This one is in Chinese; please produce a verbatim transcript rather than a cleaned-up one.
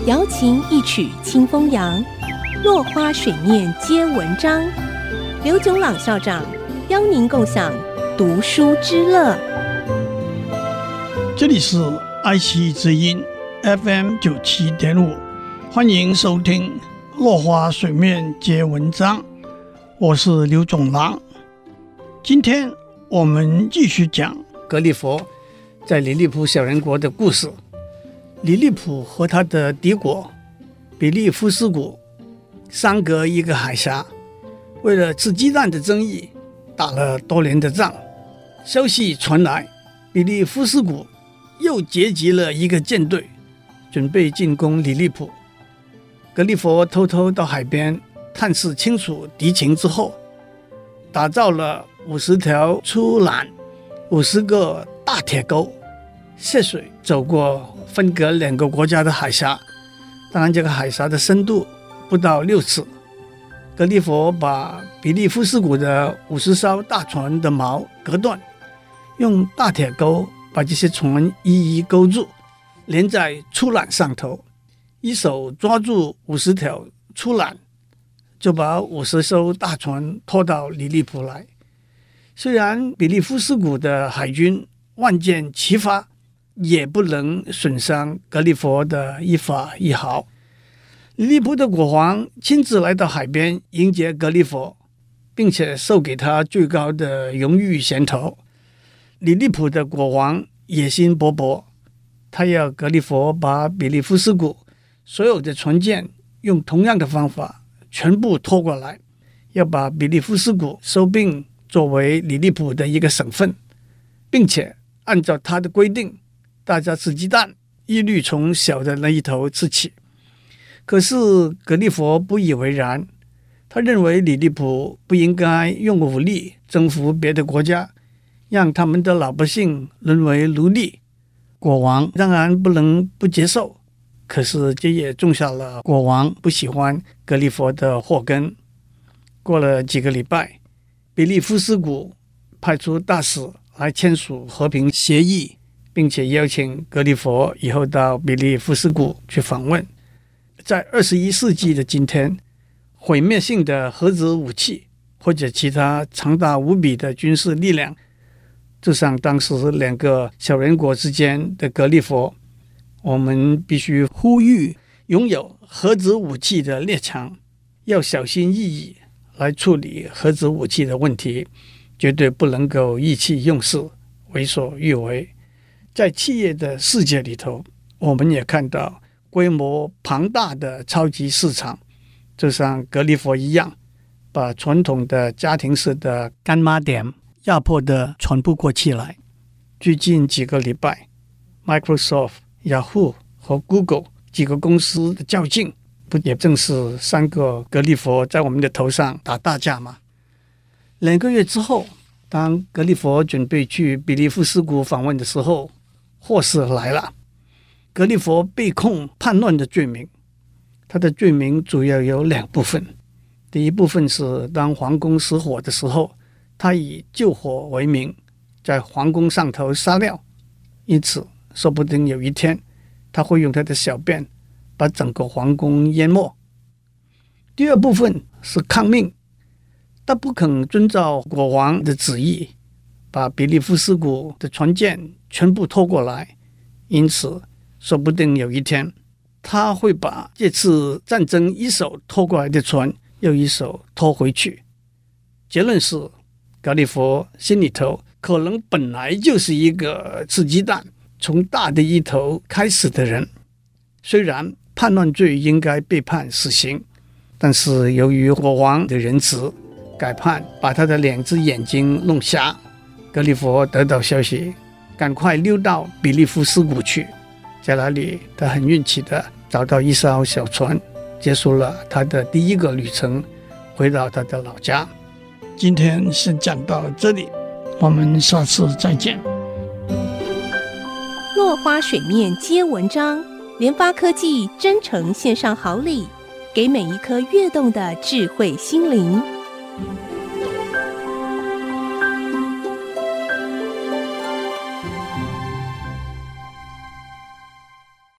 瑶琴一曲清风扬，落花水面皆文章。刘炯朗校长邀您共享读书之乐。 这里是爱惜之音 F M 九七点五，欢迎收听落花水面皆文章，我是刘炯朗。今天我们继续讲格里佛在里利普小人国的故事。里利普和他的敌国比利夫斯谷相隔一个海峡，为了吃鸡蛋的争议打了多年的仗。消息传来，比利夫斯谷又结集了一个舰队，准备进攻里利普。格里佛偷偷到海边探视清楚敌情之后，打造了五十条粗缆、五十个大铁钩，涉水走过分隔两个国家的海峡。当然这个海峡的深度不到六尺。格里佛把比利夫斯谷的五十艘大船的锚隔断，用大铁钩把这些船一一勾住，连在粗缆上头，一手抓住五十条粗缆，就把五十艘大船拖到里利普来。虽然比利夫斯谷的海军万箭齐发，也不能损伤格里佛的一发一毫。里利普的国王亲自来到海边迎接格里佛，并且授给他最高的荣誉衔头。里利普的国王野心勃勃，他要格里佛把比利夫斯谷所有的船舰用同样的方法全部拖过来，要把比利夫斯谷收并作为里利普的一个省份，并且按照他的规定，大家吃鸡蛋一律从小的那一头吃起。可是格里佛不以为然，他认为里利普不应该用武力征服别的国家，让他们的老百姓沦为奴隶。国王当然不能不接受，可是这也种下了国王不喜欢格里佛的祸根。过了几个礼拜，比利夫斯谷派出大使来签署和平协议，并且邀请格里佛以后到比利夫斯谷去访问。在二十一世纪的今天，毁灭性的核子武器或者其他强大无比的军事力量，就像当时两个小人国之间的格里佛，我们必须呼吁拥有核子武器的列强要小心翼翼来处理核子武器的问题，绝对不能够意气用事、为所欲为。在企业的世界里头，我们也看到规模庞大的超级市场，就像格里佛一样，把传统的家庭式的干妈店压迫得喘不过气来。最近几个礼拜 Microsoft、Yahoo 和 Google 几个公司的较劲，不也正是三个格里佛在我们的头上打大架吗？两个月之后，当格里佛准备去比利夫斯谷访问的时候，祸事来了。格里佛被控叛乱的罪名，他的罪名主要有两部分。第一部分是当皇宫失火的时候，他以救火为名在皇宫上头撒尿，因此说不定有一天他会用他的小便把整个皇宫淹没。第二部分是抗命，他不肯遵照国王的旨意把比利夫斯谷的船舰全部拖过来，因此说不定有一天他会把这次战争一手拖过来的船又一手拖回去。结论是格里佛心里头可能本来就是一个吃鸡蛋从大的一头开始的人，虽然叛乱罪应该被判死刑，但是由于国王的仁慈，改判把他的两只眼睛弄瞎。格里佛得到消息，赶快溜到比利夫斯谷去，在那里他很运气的找到一艘小船，结束了他的第一个旅程，回到他的老家。今天先讲到这里，我们下次再见。 落花水面皆文章，联发科技真诚献上好礼，给每一颗跃动的智慧心灵。